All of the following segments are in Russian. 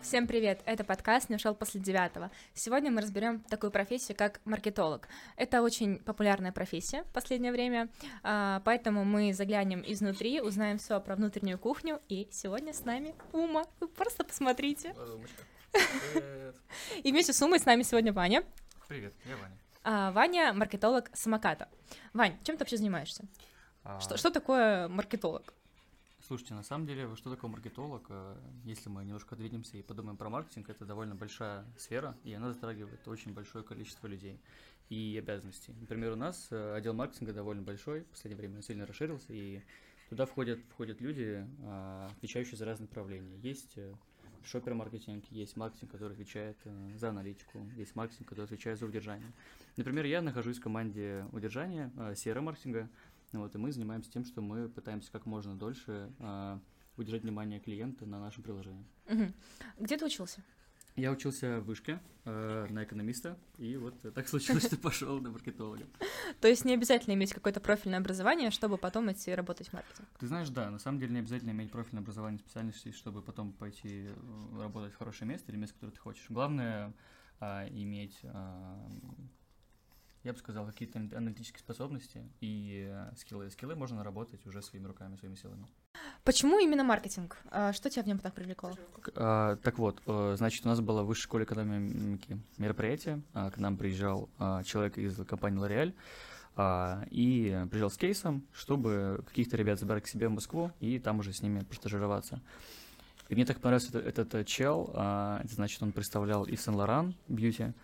Всем привет! Это подкаст «Не ушел после 9». Сегодня мы разберем такую профессию, как маркетолог. Это очень популярная профессия в последнее время, поэтому мы заглянем изнутри, узнаем все про внутреннюю кухню, и сегодня с нами Ума. Вы просто посмотрите. Привет. И вместе с Умой с нами сегодня Ваня. Привет, я Ваня. Ваня — маркетолог самоката. Вань, чем ты вообще занимаешься? Что такое маркетолог? Слушайте, на самом деле, что такое маркетолог? Если мы немножко двинемся и подумаем про маркетинг, это довольно большая сфера, и она затрагивает очень большое количество людей и обязанностей. Например, у нас отдел маркетинга довольно большой, в последнее время он сильно расширился, и туда входят люди, отвечающие за разные направления. Есть шоппер-маркетинг, есть маркетинг, который отвечает за аналитику, есть маркетинг, который отвечает за удержание. Например, я нахожусь в команде удержания, CRM-маркетинга, и мы занимаемся тем, что мы пытаемся как можно дольше удержать внимание клиента на нашем приложении. Угу. Где ты учился? Я учился в вышке на экономиста, и вот так случилось, что пошел на маркетолога. То есть не обязательно иметь какое-то профильное образование, чтобы потом идти работать в маркетинг? Ты знаешь, да, на самом деле не обязательно иметь профильное образование специальности, чтобы потом пойти работать в хорошее место или место, которое ты хочешь. Главное иметь, я бы сказал, какие-то аналитические способности и скиллы. Скиллы можно наработать уже своими руками, своими силами. Почему именно маркетинг? Что тебя в нем так привлекло? Так вот, значит, у нас было в Высшей школе экономики мероприятие. К нам приезжал человек из компании L'Oréal и приезжал с кейсом, чтобы каких-то ребят забрать к себе в Москву и там уже с ними постажироваться. И мне так понравился этот чел. Это значит, он представлял и Saint-Laurent Beauty.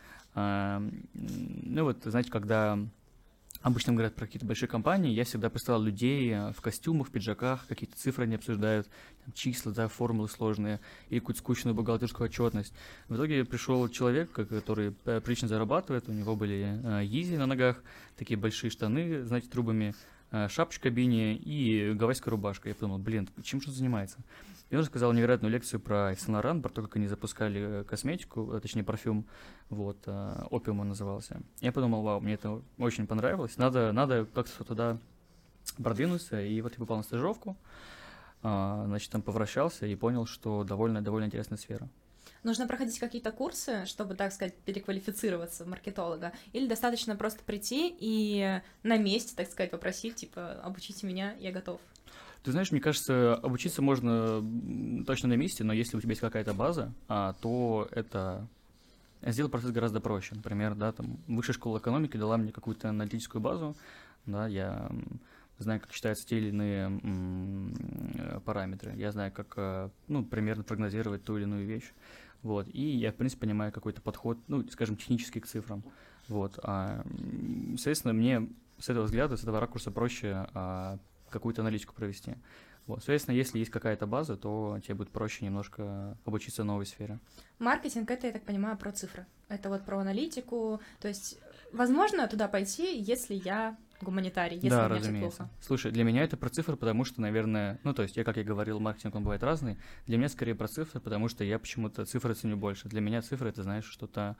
Знаете, когда обычно говорят про какие-то большие компании, я всегда представлял людей в костюмах, в пиджаках, какие-то цифры они обсуждают, там, числа, да, формулы сложные, или какую-то скучную бухгалтерскую отчетность. В итоге пришел человек, который прилично зарабатывает, у него были Yeezy на ногах, такие большие штаны, знаете, трубами, шапочка бини и гавайская рубашка. Я подумал, чем же он занимается? И он рассказал невероятную лекцию про Saint-Laurent, про то, как они запускали косметику, точнее парфюм, Опиум он назывался. Я подумал, вау, мне это очень понравилось, надо как-то туда продвинуться, и вот я попал на стажировку, значит, там повращался и понял, что довольно интересная сфера. Нужно проходить какие-то курсы, чтобы, так сказать, переквалифицироваться в маркетолога? Или достаточно просто прийти и на месте, так сказать, попросить, типа, обучите меня, я готов? Ты знаешь, мне кажется, обучиться можно точно на месте, но если у тебя есть какая-то база, то это сделать процесс гораздо проще. Например, да, там Высшая школа экономики дала мне какую-то аналитическую базу, да, я знаю, как считаются те или иные параметры, я знаю, как, примерно прогнозировать ту или иную вещь, и я, в принципе, понимаю какой-то подход, скажем, технический к цифрам, соответственно, мне с этого взгляда, с этого ракурса проще какую-то аналитику провести. Соответственно, если есть какая-то база, то тебе будет проще немножко обучиться новой сфере. Маркетинг — это, я так понимаю, про цифры. Это вот про аналитику. То есть, возможно, туда пойти, если я гуманитарий, если да, у меня разумеется. все плохо. Слушай, для меня это про цифры, потому что, наверное, как я говорил, маркетинг, он бывает разный. Для меня скорее про цифры, потому что я почему-то цифры ценю больше. Для меня цифры — это, знаешь, что-то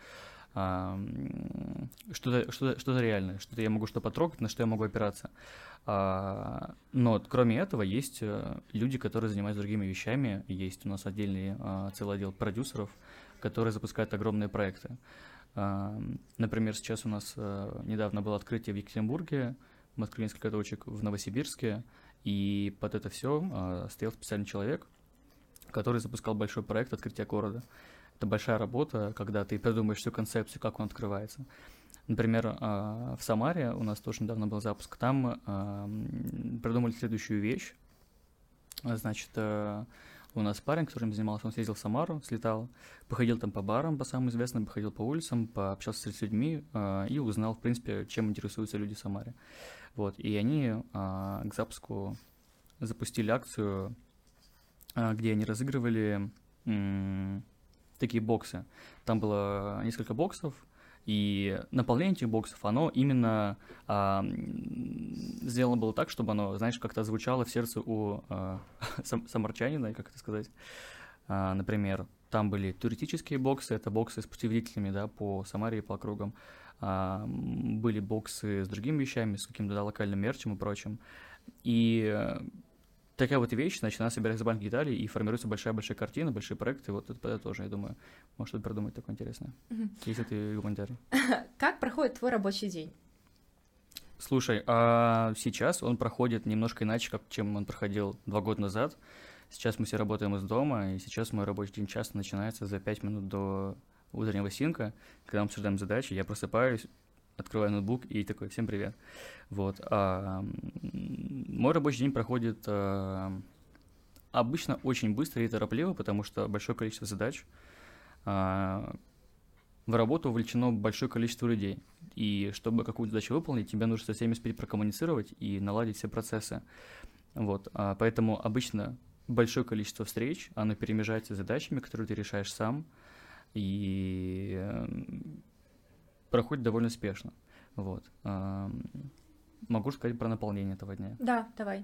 реальное, что-то я могу потрогать, на что я могу опираться. Но кроме этого есть люди, которые занимаются другими вещами. Есть у нас целый отдел продюсеров, которые запускают огромные проекты. Например, сейчас у нас недавно было открытие в Екатеринбурге, в Москве несколько точек, в Новосибирске, и под это все стоял специальный человек, который запускал большой проект открытия города. Это большая работа, когда ты придумаешь всю концепцию, как он открывается. Например, в Самаре у нас тоже недавно был запуск. Там придумали следующую вещь. Значит, у нас парень, которым занимался, он съездил в Самару, слетал, походил там по барам, по самым известным, походил по улицам, пообщался с людьми и узнал, в принципе, чем интересуются люди в Самаре. И они к запуску запустили акцию, где они разыгрывали такие боксы. Там было несколько боксов, и наполнение этих боксов, оно именно сделано было так, чтобы оно, знаешь, как-то звучало в сердце у самарчанина, как это сказать. Например, там были туристические боксы, это боксы с путеводителями, да, по Самаре и по округам. Были боксы с другими вещами, с каким-то локальным мерчем и прочим. И такая вот вещь, значит, она собирается банк деталей, и формируется большая-большая картина, большие проекты, вот это тоже, я думаю, может что-то придумать такое интересное, если ты гуманитарий. Как проходит твой рабочий день? Слушай, а сейчас он проходит немножко иначе, чем он проходил 2 года назад. Сейчас мы все работаем из дома, и сейчас мой рабочий день часто начинается за 5 минут до утреннего синка, когда мы обсуждаем задачи, я просыпаюсь, открываю ноутбук и такой: всем привет. Вот. Мой рабочий день проходит обычно очень быстро и торопливо, потому что большое количество задач. В работу вовлечено большое количество людей, и чтобы какую-то задачу выполнить, тебе нужно со всеми успеть прокоммуницировать и наладить все процессы. Вот. Поэтому обычно большое количество встреч, оно перемежается задачами, которые ты решаешь сам, и проходит довольно спешно. Вот. Могу сказать про наполнение этого дня. Да, давай.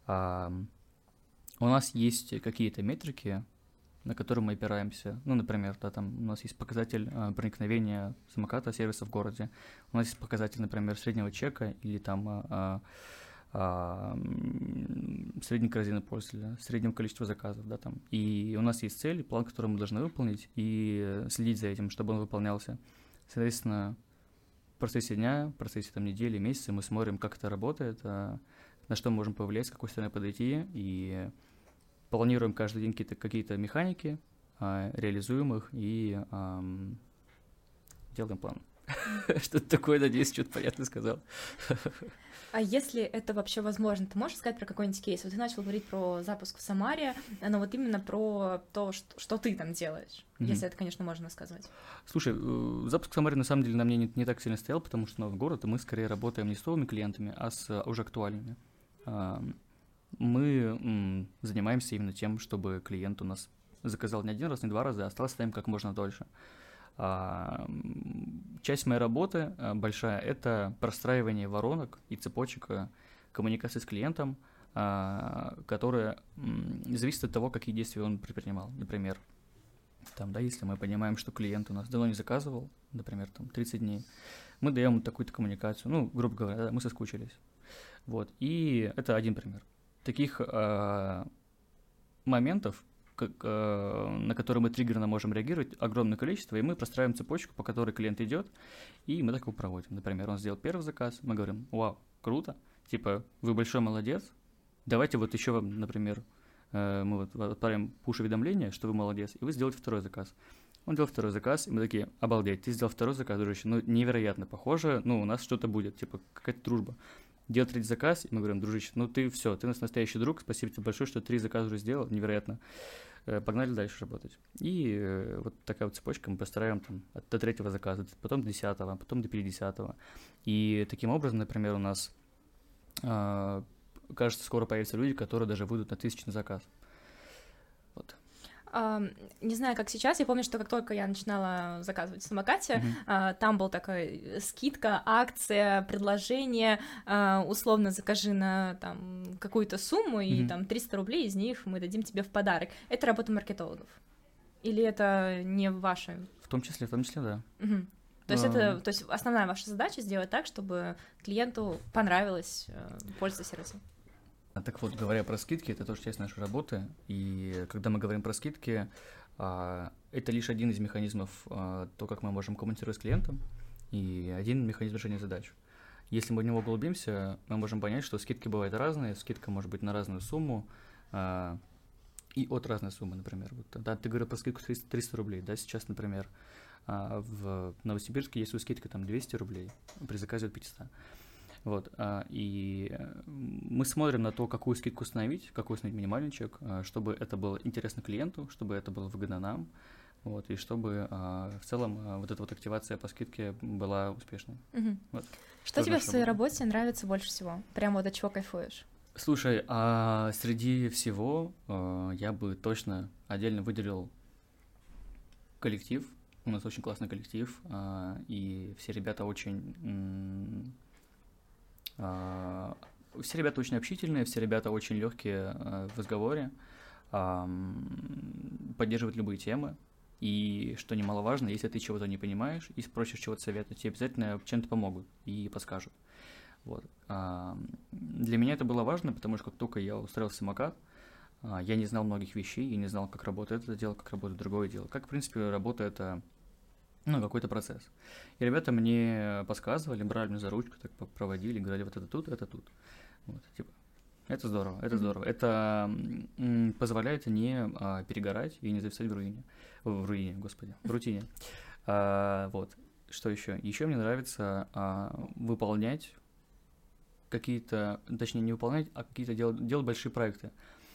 У нас есть какие-то метрики, на которые мы опираемся. Ну, например, да, там у нас есть показатель проникновения самоката сервиса в городе. У нас есть показатель, например, среднего чека или там средней корзины пользователя, среднего количества заказов, да, там. И у нас есть цель, план, который мы должны выполнить, и следить за этим, чтобы он выполнялся. Соответственно, в процессе дня, в процессе там недели, месяца мы смотрим, как это работает, на что мы можем повлиять, с какой стороны подойти, и планируем каждый день какие-то механики, реализуем их и делаем план. Что-то такое, надеюсь, что-то понятно сказал. А если это вообще возможно, ты можешь сказать про какой-нибудь кейс? Вот ты начал говорить про запуск в Самаре, но вот именно про то, что ты там делаешь, если это, конечно, можно сказать. Слушай, запуск в Самаре на самом деле на мне не так сильно стоял, потому что новый город, и мы скорее работаем не с новыми клиентами, а с уже актуальными. Мы занимаемся именно тем, чтобы клиент у нас заказал не один раз, не 2 раза, а остался с нами как можно дольше. Часть моей работы большая – это простраивание воронок и цепочек коммуникации с клиентом, которая зависит от того, какие действия он предпринимал. Например, там, да, если мы понимаем, что клиент у нас давно не заказывал, например, там, 30 дней, мы даем ему такую-то коммуникацию, ну, грубо говоря, да, мы соскучились. Вот, и это один пример. Таких моментов, на которые мы триггерно можем реагировать, огромное количество, и мы простраиваем цепочку, по которой клиент идет, и мы так его проводим. Например, он сделал первый заказ, мы говорим: вау, круто, типа, вы большой молодец, давайте вот еще вам, например, мы вот отправим пуш-уведомление, что вы молодец, и вы сделаете второй заказ. Он делал второй заказ, и мы такие: обалдеть, ты сделал второй заказ, дружище, ну, невероятно похоже, ну, у нас что-то будет, типа, какая-то дружба. Делать 3 заказ, и мы говорим: дружище, ну ты все, ты у нас настоящий друг, спасибо тебе большое, что 3 заказа уже сделал, невероятно. Погнали дальше работать. И вот такая вот цепочка мы постараем там до 3-го заказа, потом до 10-го, потом до 50-го. И таким образом, например, у нас, кажется, скоро появятся люди, которые даже выйдут на 1000-ный заказ. Вот. Не знаю, как сейчас, я помню, что как только я начинала заказывать в самокате, там была такая скидка, акция, предложение, условно закажи на там какую-то сумму, и там 300 рублей из них мы дадим тебе в подарок. Это работа маркетологов? Или это не ваша? В том числе, да. То есть основная ваша задача сделать так, чтобы клиенту понравилось пользоваться сервисом? Так вот, говоря про скидки, это тоже часть нашей работы, и когда мы говорим про скидки, это лишь один из механизмов, то, как мы можем коммуницировать с клиентом, и один механизм решения задач. Если мы в него углубимся, мы можем понять, что скидки бывают разные, скидка может быть на разную сумму, и от разной суммы, например. Вот, да, ты говорил про скидку 300 рублей, да, сейчас, например, в Новосибирске есть скидка там 200 рублей при заказе от 500. Вот, и мы смотрим на то, какую скидку установить, какой установить минимальный чек, чтобы это было интересно клиенту, чтобы это было выгодно нам, вот, и чтобы в целом вот эта вот активация по скидке была успешной. Вот. Что тебе в своей работе нравится больше всего? Прям вот от чего кайфуешь? Слушай, среди всего я бы точно отдельно выделил коллектив. У нас очень классный коллектив, и все ребята очень... Все ребята очень общительные, все ребята очень легкие в разговоре, поддерживают любые темы. И, что немаловажно, если ты чего-то не понимаешь и спросишь чего-то совета, тебе обязательно чем-то помогут и подскажут. Вот. Для меня это было важно, потому что как только я устроился в самокат, я не знал многих вещей, я не знал, как работает это дело, как работает другое дело, как, в принципе, работает какой-то процесс. И ребята мне подсказывали, брали меня за ручку, так проводили, говорили, вот это тут. Вот, типа, это здорово, это здорово. Это позволяет не перегорать и не зависать в руине. В руине, господи, в рутине. Вот. Что еще? Еще мне нравится выполнять какие-то, точнее, не выполнять, а какие-то делать большие проекты.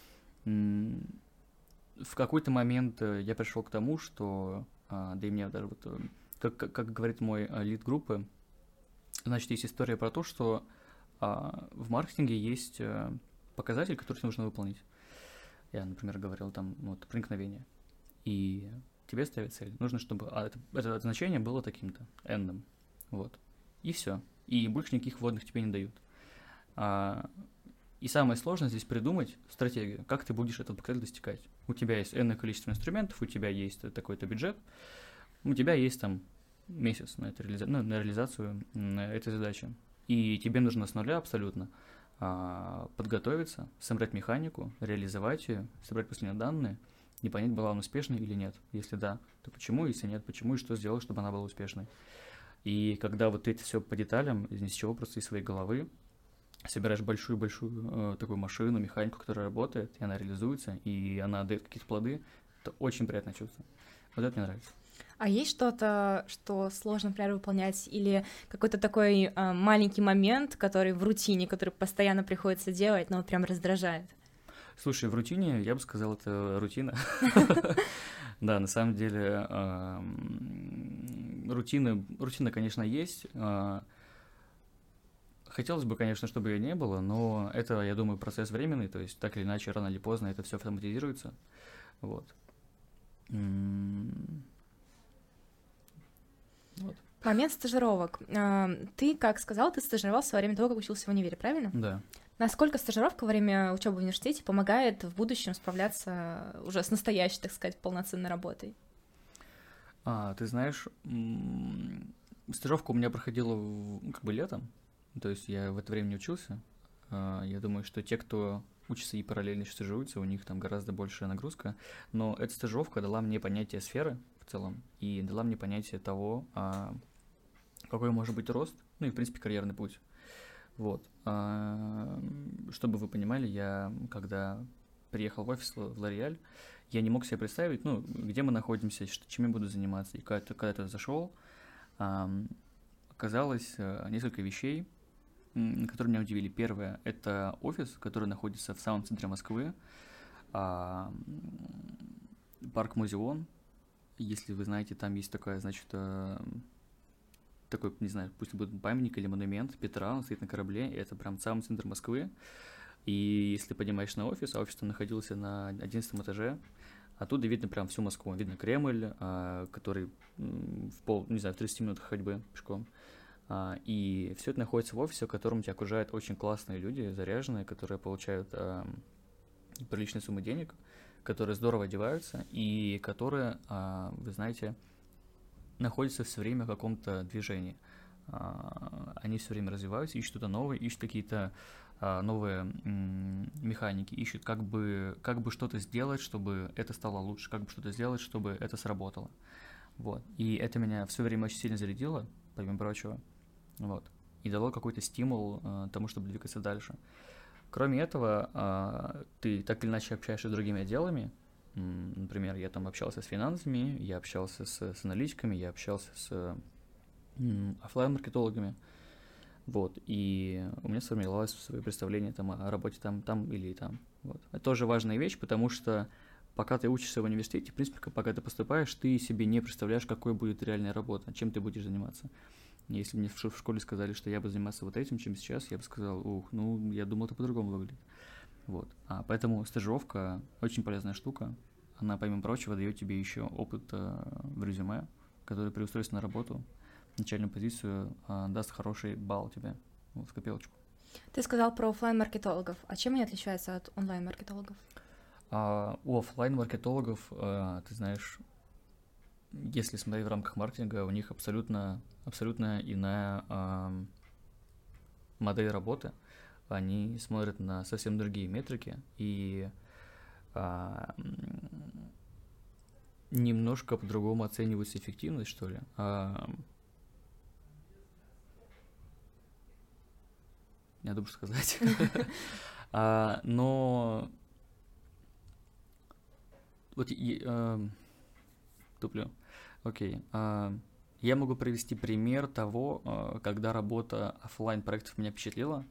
В какой-то момент я пришел к тому, что, да и мне даже вот, как говорит мой лид группы, значит, есть история про то, что в маркетинге есть показатель, который тебе нужно выполнить. Я, например, говорил там, вот, проникновение. И тебе ставят цель. Нужно, чтобы это значение было таким-то, n-ным. Вот. И все. И больше никаких вводных тебе не дают. И самое сложное здесь придумать стратегию, как ты будешь этот показатель достигать. У тебя есть n количество инструментов, у тебя есть такой-то бюджет, у тебя есть там месяц на реализацию этой задачи. И тебе нужно с нуля абсолютно подготовиться, собрать механику, реализовать ее, собрать последние данные и понять, была она успешной или нет. Если да, то почему, если нет, почему и что сделать, чтобы она была успешной. И когда вот эти все по деталям, из чего просто из своей головы, собираешь большую-большую такую машину, механику, которая работает, и она реализуется, и она дает какие-то плоды, это очень приятное чувство. Вот это мне нравится. А есть что-то, что сложно, например, выполнять, или какой-то такой маленький момент, который в рутине, который постоянно приходится делать, но вот прям раздражает? Слушай, в рутине, я бы сказал, это рутина. Да, на самом деле, рутина, конечно, есть. Хотелось бы, конечно, чтобы ее не было, но это, я думаю, процесс временный, то есть так или иначе, рано или поздно это все автоматизируется. Вот. Вот. Момент стажировок. Ты, как сказал, ты стажировался во время того, как учился в универе, правильно? Да. Насколько стажировка во время учебы в университете помогает в будущем справляться уже с настоящей, так сказать, полноценной работой? Ты знаешь, стажировка у меня проходила как бы летом, то есть я в это время не учился. Я думаю, что те, кто учится и параллельно еще стажируются, у них там гораздо большая нагрузка, но эта стажировка дала мне понятие сферы в целом и дала мне понятие того, какой может быть рост, ну и, в принципе, карьерный путь. Вот. Чтобы вы понимали, я, когда приехал в офис в L'Oréal, я не мог себе представить, ну, где мы находимся, чем я буду заниматься. И когда я зашел, оказалось несколько вещей, которые меня удивили. Первое – это офис, который находится в самом центре Москвы, парк Музеон. Если вы знаете, там есть такая, значит, такой, не знаю, пусть будет памятник или монумент Петра, он стоит на корабле, и это прям самый центр Москвы. И если поднимаешь на офис, а офис там находился на 11 этаже, оттуда видно прям всю Москву. Видно Кремль, который в 30 минутах ходьбы пешком. И все это находится в офисе, в котором тебя окружают очень классные люди, заряженные, которые получают приличные суммы денег, которые здорово одеваются и которые, вы знаете, находятся все время в каком-то движении. Они все время развиваются, ищут что-то новое, ищут какие-то новые механики, ищут как бы что-то сделать, чтобы это стало лучше, как бы что-то сделать, чтобы это сработало. Вот. И это меня все время очень сильно зарядило, помимо прочего. Вот. И дало какой-то стимул тому, чтобы двигаться дальше. Кроме этого, ты так или иначе общаешься с другими отделами. Например, я там общался с финансами, я общался с аналитиками, я общался с офлайн-маркетологами. Вот. И у меня сформировалось свое представление там, о работе там или там. Вот. Это тоже важная вещь, потому что пока ты учишься в университете, в принципе, пока ты поступаешь, ты себе не представляешь, какой будет реальная работа, чем ты будешь заниматься. Если мне в школе сказали, что я буду заниматься вот этим, чем сейчас, я бы сказал, я думал, это по-другому выглядит. Вот. Поэтому стажировка очень полезная штука. Она, помимо прочего, дает тебе еще опыт в резюме, который при устройстве на работу, начальную позицию, даст хороший балл тебе в копилочку. Ты сказал про офлайн-маркетологов. А чем они отличаются от онлайн-маркетологов? У офлайн-маркетологов, ты знаешь, если смотреть в рамках маркетинга, у них абсолютно иная модель работы, они смотрят на совсем другие метрики и немножко по-другому оценивается эффективность, что ли. Я думаю, что сказать. Но вот туплю. Окей. Я могу привести пример того, когда работа офлайн проектов меня впечатлила.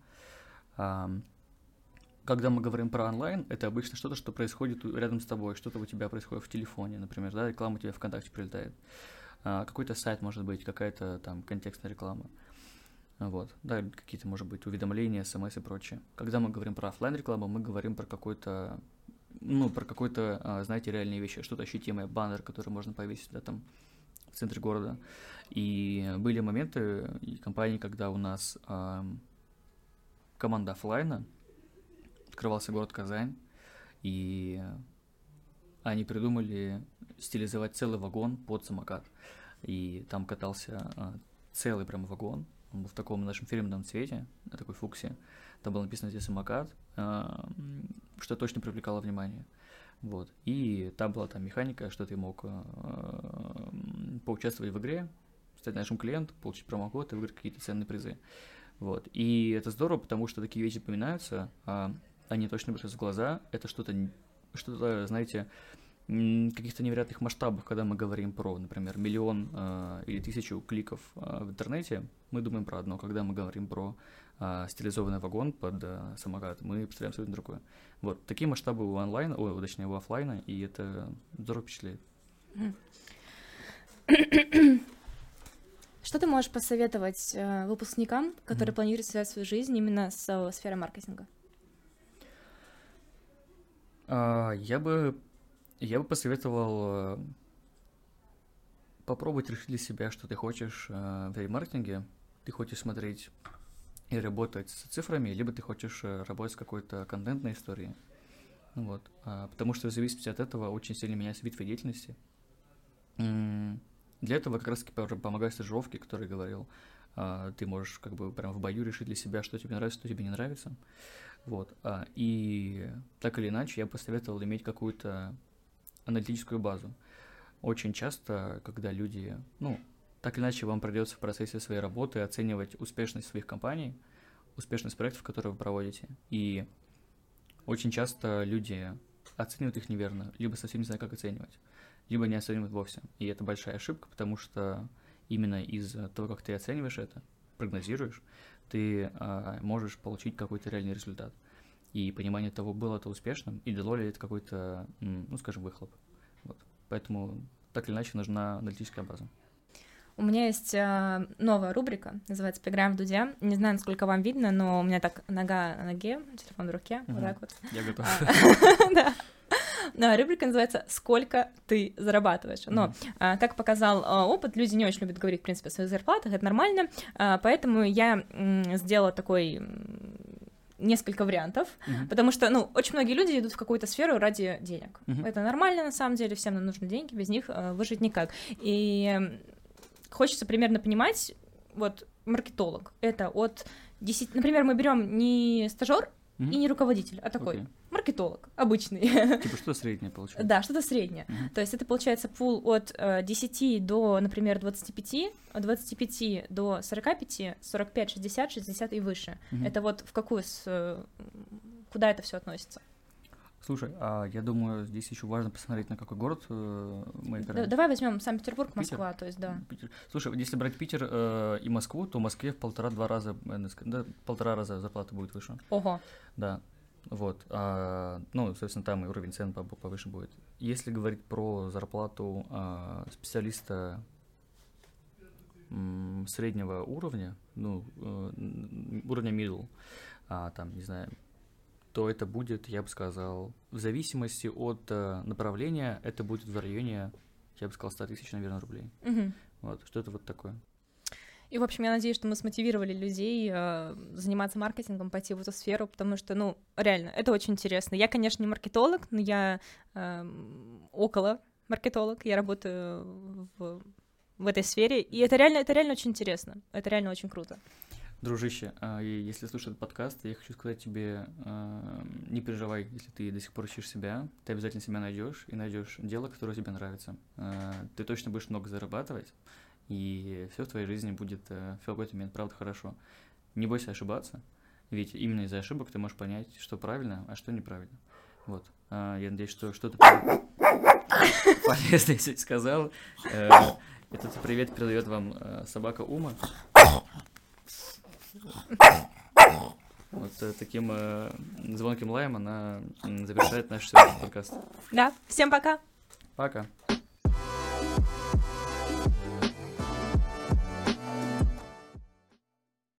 Когда мы говорим про онлайн, это обычно что-то, что происходит рядом с тобой, что-то у тебя происходит в телефоне, например, да, реклама у тебя ВКонтакте прилетает. Какой-то сайт, может быть, какая-то там контекстная реклама. Вот, да, какие-то, может быть, уведомления, смс и прочее. Когда мы говорим про офлайн рекламу, мы говорим про какой-то, знаете, реальные вещи, что-то ощутимое, баннер, который можно повесить, да, там, в центре города. И были моменты и компании, когда у нас команда офлайна, открывался город Казань, и они придумали стилизовать целый вагон под самокат. И там катался целый прям вагон. Он был в таком нашем фирменном цвете, на такой фуксе. Там было написано здесь самокат, что точно привлекало внимание. Вот. И там была механика, что ты мог поучаствовать в игре, стать нашим клиентом, получить промокод и выиграть какие-то ценные призы. Вот. И это здорово, потому что такие вещи запоминаются, они точно бросаются в глаза. Это что-то, знаете, каких-то невероятных масштабах, когда мы говорим про, например, 1 000 000 или 1000 кликов в интернете, мы думаем про одно. Когда мы говорим про стилизованный вагон под самокат, мы представляем абсолютно другое. Вот, такие масштабы у онлайна, точнее, у офлайна, и это здорово впечатляет. Что ты можешь посоветовать выпускникам, которые планируют связать свою жизнь именно с сферой маркетинга? Я бы посоветовал попробовать решить для себя, что ты хочешь в маркетинге. Ты хочешь смотреть и работать с цифрами, либо ты хочешь работать с какой-то контентной историей. Вот. Потому что в зависимости от этого очень сильно меняется вид твоей деятельности. Для этого как раз-таки помогают стажировки, которые я говорил. Ты можешь как бы прям в бою решить для себя, что тебе нравится, что тебе не нравится. Вот. И так или иначе я посоветовал иметь какую-то аналитическую базу. Очень часто, когда люди, так или иначе вам придется в процессе своей работы оценивать успешность своих компаний, успешность проектов, которые вы проводите. И очень часто люди оценивают их неверно, либо совсем не знают, как оценивать, либо не оценивают вовсе. И это большая ошибка, потому что именно из-за того, как ты оцениваешь это, прогнозируешь, ты можешь получить какой-то реальный результат. И понимание того, было это успешным, и дало ли это какой-то, выхлоп. Вот. Поэтому так или иначе нужна аналитическая база. У меня есть новая рубрика, называется «Поиграем в Дудя». Не знаю, насколько вам видно, но у меня так нога на ноге, телефон в руке, вот так вот. Я готов. Да. Рубрика называется «Сколько ты зарабатываешь?». Но, как показал опыт, люди не очень любят говорить, в принципе, о своих зарплатах, это нормально, поэтому я сделала такой несколько вариантов, потому что, очень многие люди идут в какую-то сферу ради денег. Это нормально, на самом деле, всем нам нужны деньги, без них выжить никак. И хочется примерно понимать, вот, маркетолог, это от 10... Например, мы берем не стажёр и не руководитель, а такой маркетолог, обычный. Типа что-то среднее получается? Да, что-то среднее. То есть это получается пул от 10 до, например, 25, от 25 до 45, 45, 60, 60 и выше. Это вот в какую, куда это все относится? Слушай, я думаю, здесь еще важно посмотреть, на какой город мы опираемся. Давай возьмем Санкт-Петербург, Москва, то есть, да. Питер. Слушай, если брать Питер и Москву, то в Москве в 1,5-2 раза зарплата будет выше. Ого. Да, вот. Соответственно, там и уровень цен повыше будет. Если говорить про зарплату специалиста среднего уровня, уровня middle, не знаю, то это будет, я бы сказал, в зависимости от направления, это будет в районе, я бы сказал, 100 тысяч, наверное, рублей. Вот, что-то вот такое. И, в общем, я надеюсь, что мы смотивировали людей заниматься маркетингом, пойти в эту сферу, потому что, реально, это очень интересно. Я, конечно, не маркетолог, но я около маркетолог, я работаю в этой сфере, и это реально очень интересно, это реально очень круто. Дружище, и если слушаешь этот подкаст, я хочу сказать тебе, не переживай, если ты до сих пор ищешь себя, ты обязательно себя найдешь и найдешь дело, которое тебе нравится. Ты точно будешь много зарабатывать, и все в твоей жизни будет в какой-то момент, правда, хорошо. Не бойся ошибаться, ведь именно из-за ошибок ты можешь понять, что правильно, а что неправильно. Вот. Я надеюсь, что что-то полезное я сказал. Этот привет передает вам собака Ума. Вот таким звонким лаем она завершает наш сегодняшний подкаст. Да, всем пока! Пока!